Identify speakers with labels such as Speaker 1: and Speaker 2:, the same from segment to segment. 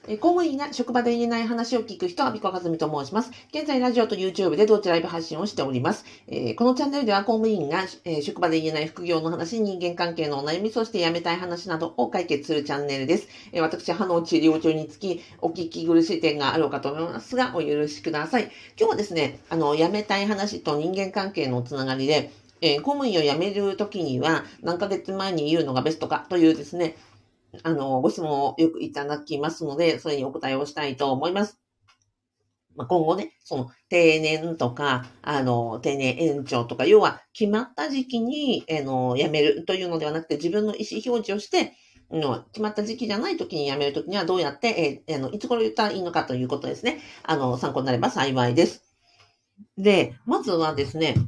Speaker 1: 公務員が職場で言えない話を聞く人、阿比子和美と申します。現在、ラジオと YouTube で同時ライブ発信をしております。このチャンネルでは公務員が、職場で言えない副業の話、人間関係のお悩み、そして辞めたい話などを解決するチャンネルです。私、歯の治療中につき、お聞き苦しい点があろうかと思いますが、お許しください。今日はですね、辞めたい話と人間関係のつながりで、公務員を辞めるときには何ヶ月前に言うのがベストかというですね、ご質問をよくいただきますので、それにお答えをしたいと思います。今後ね、その定年とか、定年延長とか、要は決まった時期に、辞めるというのではなくて、自分の意思表示をして、決まった時期じゃない時に辞める時にはどうやって、いつ頃言ったらいいのかということですね。参考になれば幸いです。で、まずはですね、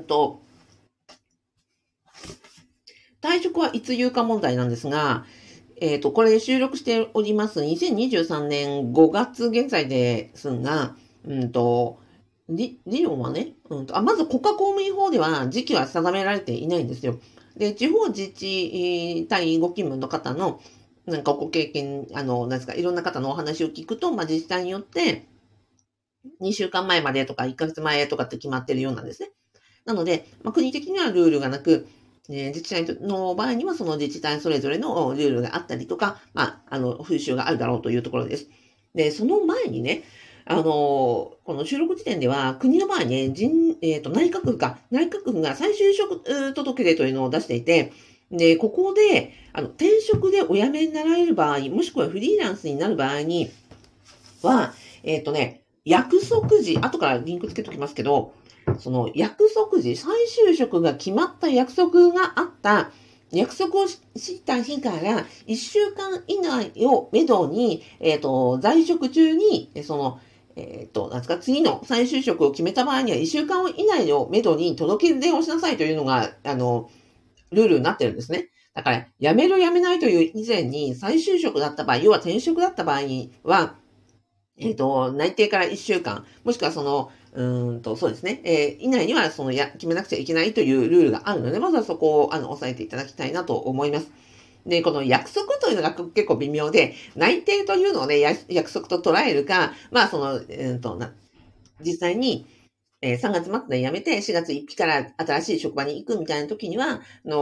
Speaker 1: 退職はいつ言うか問題なんですが、これ収録しております2023年5月現在ですが、理論はね、まず国家公務員法では時期は定められていないんですよ。で、地方自治体ご勤務の方の、なんかご経験、なんですか、いろんな方のお話を聞くと、自治体によって、2週間前までとか1ヶ月前とかって決まってるようなんですね。なので、国的にはルールがなく、自治体の場合にはその自治体それぞれのルールがあったりとか、風習があるだろうというところです。で、その前にね、この収録時点では国の場合ね、内閣府が再就職届出というのを出していて、で、ここで、転職でお辞めになられる場合、もしくはフリーランスになる場合には、約束時、後からリンクつけときますけど、その約束時、再就職が決まった約束があった、約束をした日から1週間以内をめどに、在職中に、なんですか、次の再就職を決めた場合には1週間以内をめどに届け出をしなさいというのが、ルールになってるんですね。だから、辞める辞めないという以前に再就職だった場合、要は転職だった場合には、内定から1週間、もしくはそうですね、以内には決めなくちゃいけないというルールがあるので、まずはそこを押さえていただきたいなと思います。で、この約束というのが結構微妙で、内定というのをね、約束と捉えるか、実際に、3月末で辞めて4月1日から新しい職場に行くみたいな時には、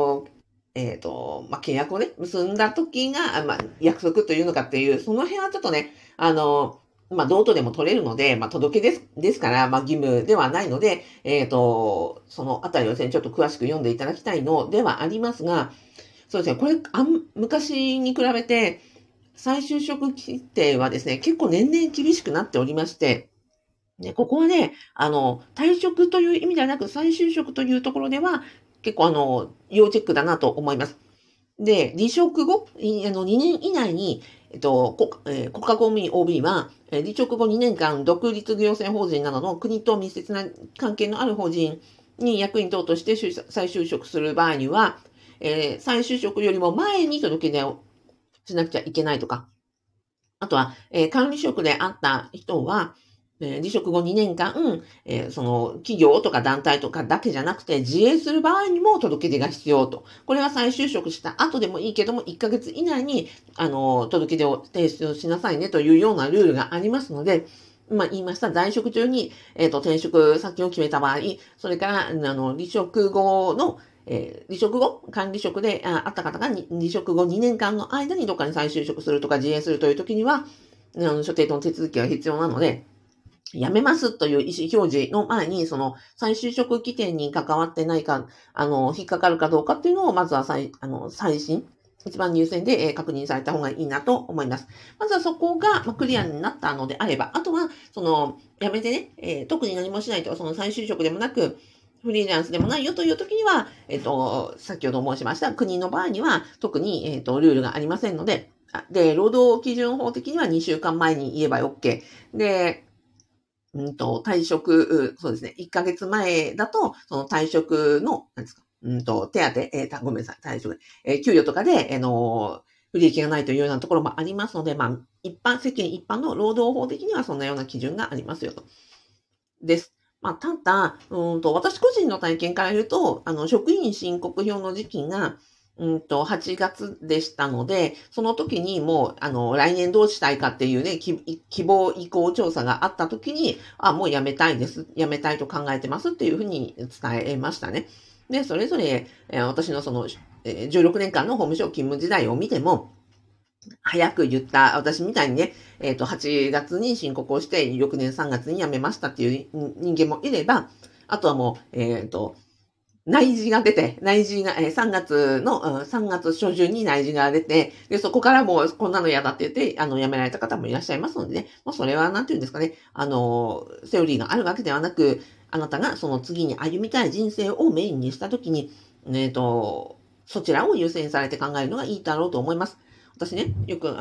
Speaker 1: 契約をね、結んだ時が、約束というのかっていう、その辺はちょっとね、どうとでも取れるので、届けですから、義務ではないので、そのあたりをですね、ちょっと詳しく読んでいただきたいのではありますが、そうですね、これ、昔に比べて、再就職規定はですね、結構年々厳しくなっておりまして、で、ここはね、退職という意味ではなく、再就職というところでは、結構要チェックだなと思います。で、離職後、2年以内に、国家公務員 OB は、離職後2年間、独立行政法人などの国と密接な関係のある法人に役員等として再就職する場合には、再就職よりも前に届け出をしなくちゃいけないとか、あとは、管理職であった人は、離職後2年間、その企業とか団体とかだけじゃなくて自営する場合にも届け出が必要と。これは再就職した後でもいいけども、1ヶ月以内に、届け出を提出しなさいねというようなルールがありますので、言いました、在職中に、転職先を決めた場合、それから、離職後の、管理職であった方が離職後2年間の間にどっかに再就職するとか自営するという時には、所定の手続きが必要なので、辞めますという意思表示の前に、その再就職規定に関わってないか、引っかかるかどうかっていうのを、まずは最新、一番優先で確認された方がいいなと思います。まずはそこがクリアになったのであれば、あとは、辞めてね、特に何もしないと、その再就職でもなく、フリーランスでもないよという時には、先ほど申しました、国の場合には特に、ルールがありませんので、で、労働基準法的には2週間前に言えば OK。で、退職、そうですね、1ヶ月前だと、その退職の、何ですか、手当、ごめんなさい、退職、給与とかで、不利益がないというようなところもありますので、世間一般の労働法的にはそんなような基準がありますよと。です。ただ、私個人の体験から言うと、職員申告表の時期が、 8月でしたので、その時にもう、来年どうしたいかっていうね、希望意向調査があった時に、もう辞めたいです。辞めたいと考えてますっていうふうに伝えましたね。で、それぞれ、私のその、16年間の法務省勤務時代を見ても、早く言った、私みたいにね、8月に申告をして、翌年3月に辞めましたっていう人間もいれば、あとはもう、内示が出て、内示が、3月の、3月初旬に内示が出て、で、そこからもうこんなの嫌だって言って、辞められた方もいらっしゃいますのでね、それはなんて言うんですかね、セオリーがあるわけではなく、あなたがその次に歩みたい人生をメインにしたときに、そちらを優先されて考えるのがいいだろうと思います。私ね、よく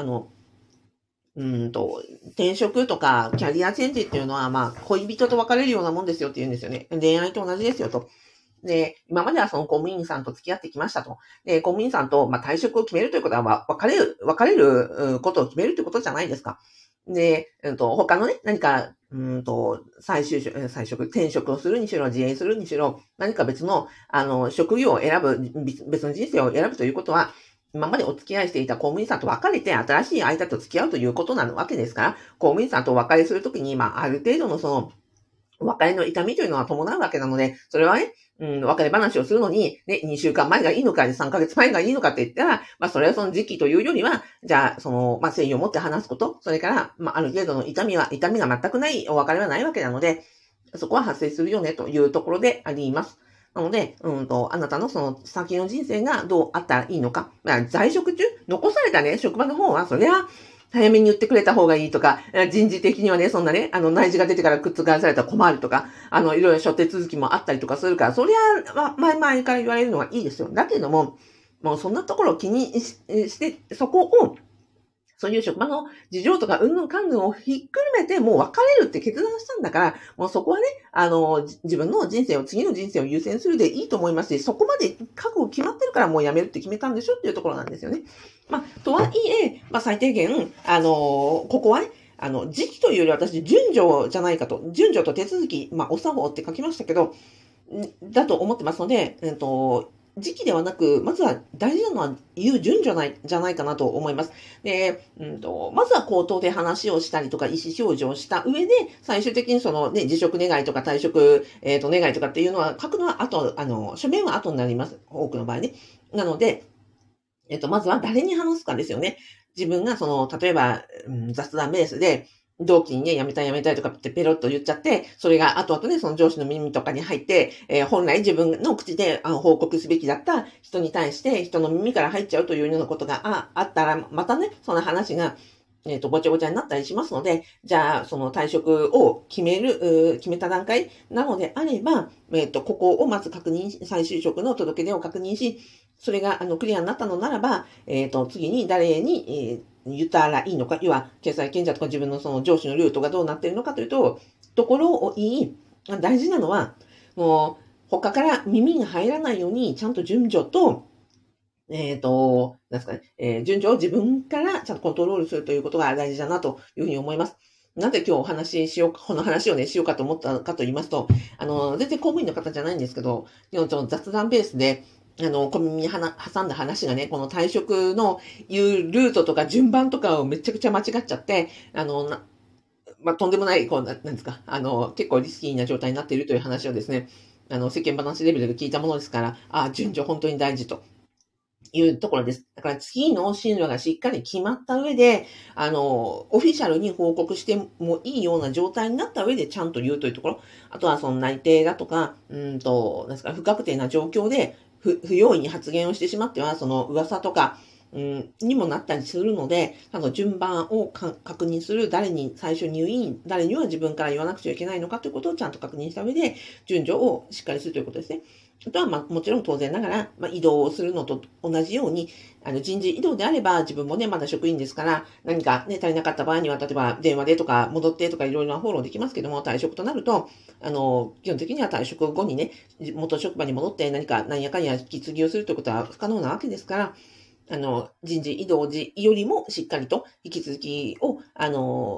Speaker 1: 転職とかキャリアチェンジっていうのは、恋人と別れるようなもんですよって言うんですよね。恋愛と同じですよと。で、今まではその公務員さんと付き合ってきましたと。で、公務員さんと、退職を決めるということは、別れることを決めるということじゃないですか。で、他のね、何か、再職、転職をするにしろ、自営するにしろ、何か別の、職業を選ぶ、別の人生を選ぶということは、今までお付き合いしていた公務員さんと別れて新しい相手と付き合うということなわけですから、公務員さんとお別れするときに、ある程度のその、別れの痛みというのは伴うわけなので、それはね、別れ話をするのに、ね、2週間前がいいのか、3ヶ月前がいいのかって言ったら、それはその時期というよりは、じゃあ、誠意を持って話すこと、それから、ある程度の痛みが全くないお別れはないわけなので、そこは発生するよね、というところであります。なので、あなたのその先の人生がどうあったらいいのか。在職中、残されたね、職場の方は、それは、早めに言ってくれた方がいいとか、人事的にはね、そんなね、内示が出てから覆されたら困るとか、いろいろ諸手続きもあったりとかするから、そりゃ、前々から言われるのはいいですよ。だけども、もうそんなところを気にして、そこを、そういう職場の事情とか、うんぬんかんぬんをひっくるめて、もう別れるって決断したんだから、もうそこはね、自分の人生を、次の人生を優先するでいいと思いますし、そこまで覚悟決まってるからもう辞めるって決めたんでしょっていうところなんですよね。とはいえ、最低限、ここはね、時期というより私、順序じゃないかと、順序と手続き、お作法って書きましたけど、だと思ってますので、時期ではなく、まずは大事なのは言う順じゃないかなと思います。で、まずは口頭で話をしたりとか意思表示をした上で、最終的にそのね、辞職願いとか退職、願いとかっていうのは書くのは後、書面は後になります。多くの場合ね。なので、まずは誰に話すかですよね。自分が例えば、雑談ベースで、同期にね、辞めたいとかってペロッと言っちゃって、それが後々ね、その上司の耳とかに入って、本来自分の口で報告すべきだった人に対して、人の耳から入っちゃうというようなことがあったら、またね、その話が、ごちゃごちゃになったりしますので、じゃあ、その退職を決めた段階なのであれば、ここをまず再就職の届け出を確認し、それが、クリアになったのならば、次に誰に、言ったらいいのか、要は、決済権者とか自分のその上司のルートがどうなっているのかというところを言い、大事なのは、もう、他から耳が入らないように、ちゃんと順序と、なんですかね、順序を自分からちゃんとコントロールするということが大事だなというふうに思います。なぜ今日この話をね、しようかと思ったかと言いますと、全然公務員の方じゃないんですけど、雑談ベースで、小耳に挟んだ話がね、この退職のいうルートとか順番とかをめちゃくちゃ間違っちゃって、とんでもない、なんですか、結構リスキーな状態になっているという話をですね、世間話レベルで聞いたものですから、順序本当に大事と。いうところです。だから次の進路がしっかり決まった上で、オフィシャルに報告してもいいような状態になった上でちゃんと言うというところ。あとはその内定だとか、なんですか、不確定な状況で不用意に発言をしてしまっては、その噂とか、にもなったりするので、順番を確認する、誰に最初入院、誰には自分から言わなくちゃいけないのかということをちゃんと確認した上で、順序をしっかりするということですね。あとは、もちろん当然ながら、移動をするのと同じように、人事異動であれば、自分もね、まだ職員ですから、何かね、足りなかった場合には、例えば電話でとか、戻ってとかいろいろなフォローできますけども、退職となると、基本的には退職後にね、元職場に戻って何やかんや引き継ぎをするということは不可能なわけですから、人事異動時よりもしっかりと引き続きを、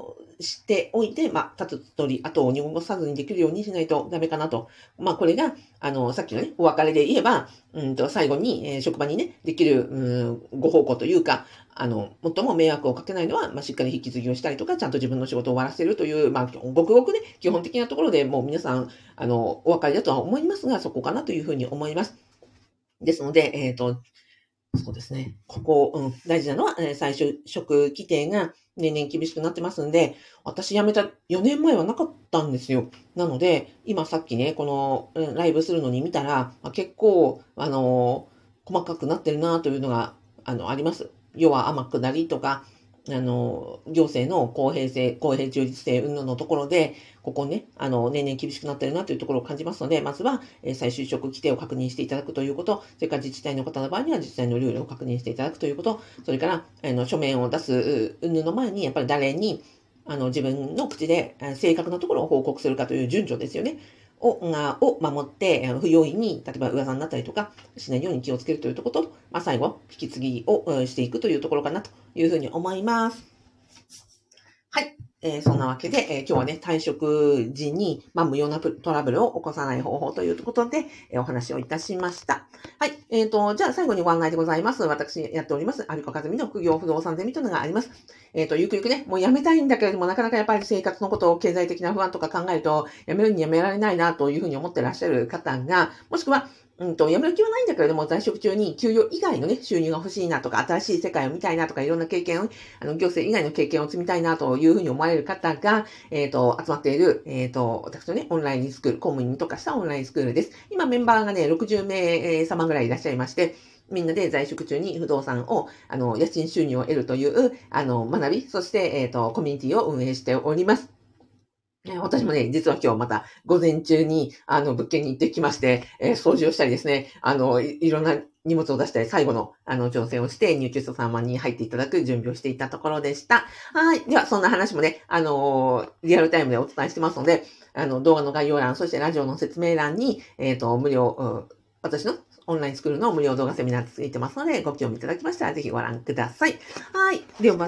Speaker 1: しておいて、立つ鳥、後を濁さずにできるようにしないとダメかなと。これが、さっきのね、お別れで言えば、最後に、職場にね、できる、ご奉公というか、最も迷惑をかけないのは、しっかり引き継ぎをしたりとか、ちゃんと自分の仕事を終わらせるという、ごくごくね、基本的なところでもう皆さん、お別れだとは思いますが、そこかなというふうに思います。ですので、そうですね。ここ、大事なのは、再就職規定が年々厳しくなってますんで、私辞めた4年前はなかったんですよ。なので、今さっきね、この、ライブするのに見たら、結構、細かくなってるなというのが、あります。要は天下りとか、行政の公平中立性、云々のところで、ここね、年々厳しくなってるなというところを感じますので、まずは、再就職規定を確認していただくということ、それから自治体の方の場合には自治体のルールを確認していただくということ、それから、書面を出す、云々の前に、やっぱり誰に、自分の口で正確なところを報告するかという順序ですよね。を守って、不用意に、例えば噂になったりとかしないように気をつけるというところと、最後、引き継ぎをしていくというところかなというふうに思います。はい。そんなわけで、今日はね、退職時に、無用なトラブルを起こさない方法ということで、お話をいたしました。はい。じゃあ最後にご案内でございます。私やっております、有子和美の副業不動産ゼミというのがあります。ゆくゆくね、もう辞めたいんだけれども、なかなかやっぱり生活のことを経済的な不安とか考えると、辞めるに辞められないなというふうに思ってらっしゃる方が、もしくは、辞める気はないんだけれども、在職中に給与以外のね、収入が欲しいなとか、新しい世界を見たいなとか、いろんな経験を、行政以外の経験を積みたいなというふうに思われる方が、集まっている、私のね、オンラインスクール、公務員に特化したオンラインスクールです。今メンバーがね、60名様ぐらいいらっしゃいまして、みんなで在職中に不動産を、家賃収入を得るという、学び、そして、コミュニティを運営しております。私もね、実は今日また午前中に、物件に行ってきまして、掃除をしたりですね、いろんな荷物を出したり、最後の、調整をして、入居者様に入っていただく準備をしていたところでした。はい。では、そんな話もね、リアルタイムでお伝えしてますので、動画の概要欄、そしてラジオの説明欄に、無料、私のオンラインスクールの無料動画セミナーついてますので、ご興味いただきましたら、ぜひご覧ください。はい。では、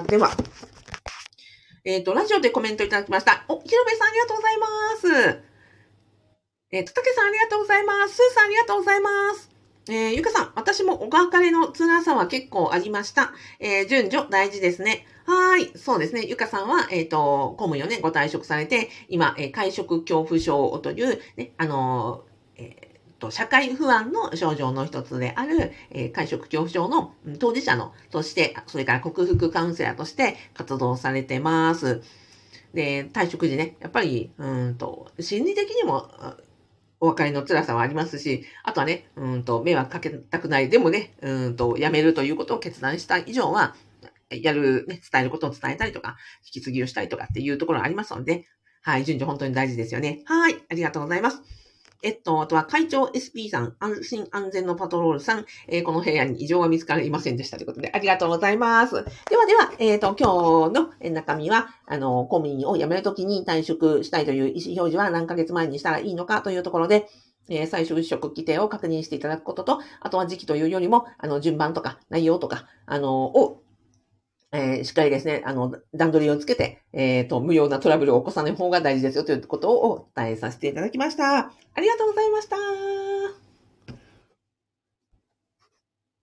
Speaker 1: ラジオでコメントいただきました。ひろべさんありがとうございます。たけさんありがとうございます。すーさんありがとうございます。ゆかさん、私もお別れの辛さは結構ありました。順序大事ですね。はい。そうですね。ゆかさんは、公務員をね、ご退職されて、今、会食恐怖症という、ね、社会不安の症状の一つである、会食恐怖症の当事者のとして、それから克服カウンセラーとして活動されてます。で、退職時ね、やっぱり、心理的にも、お別れの辛さはありますし、あとはね、迷惑かけたくない、でもね、辞めるということを決断した以上は、伝えることを伝えたりとか、引き継ぎをしたりとかっていうところがありますので、はい、順序本当に大事ですよね。はい、ありがとうございます。あとは会長 SP さん、安心安全のパトロールさん、この部屋に異常が見つかりませんでしたということで、ありがとうございます。では、今日の中身は、公務員を辞めるときに退職したいという意思表示は何ヶ月前にしたらいいのかというところで、再就職規定を確認していただくことと、あとは時期というよりも、順番とか内容とか、しっかりですね、段取りをつけて、無用なトラブルを起こさない方が大事ですよということをお伝えさせていただきました。ありがとうございました。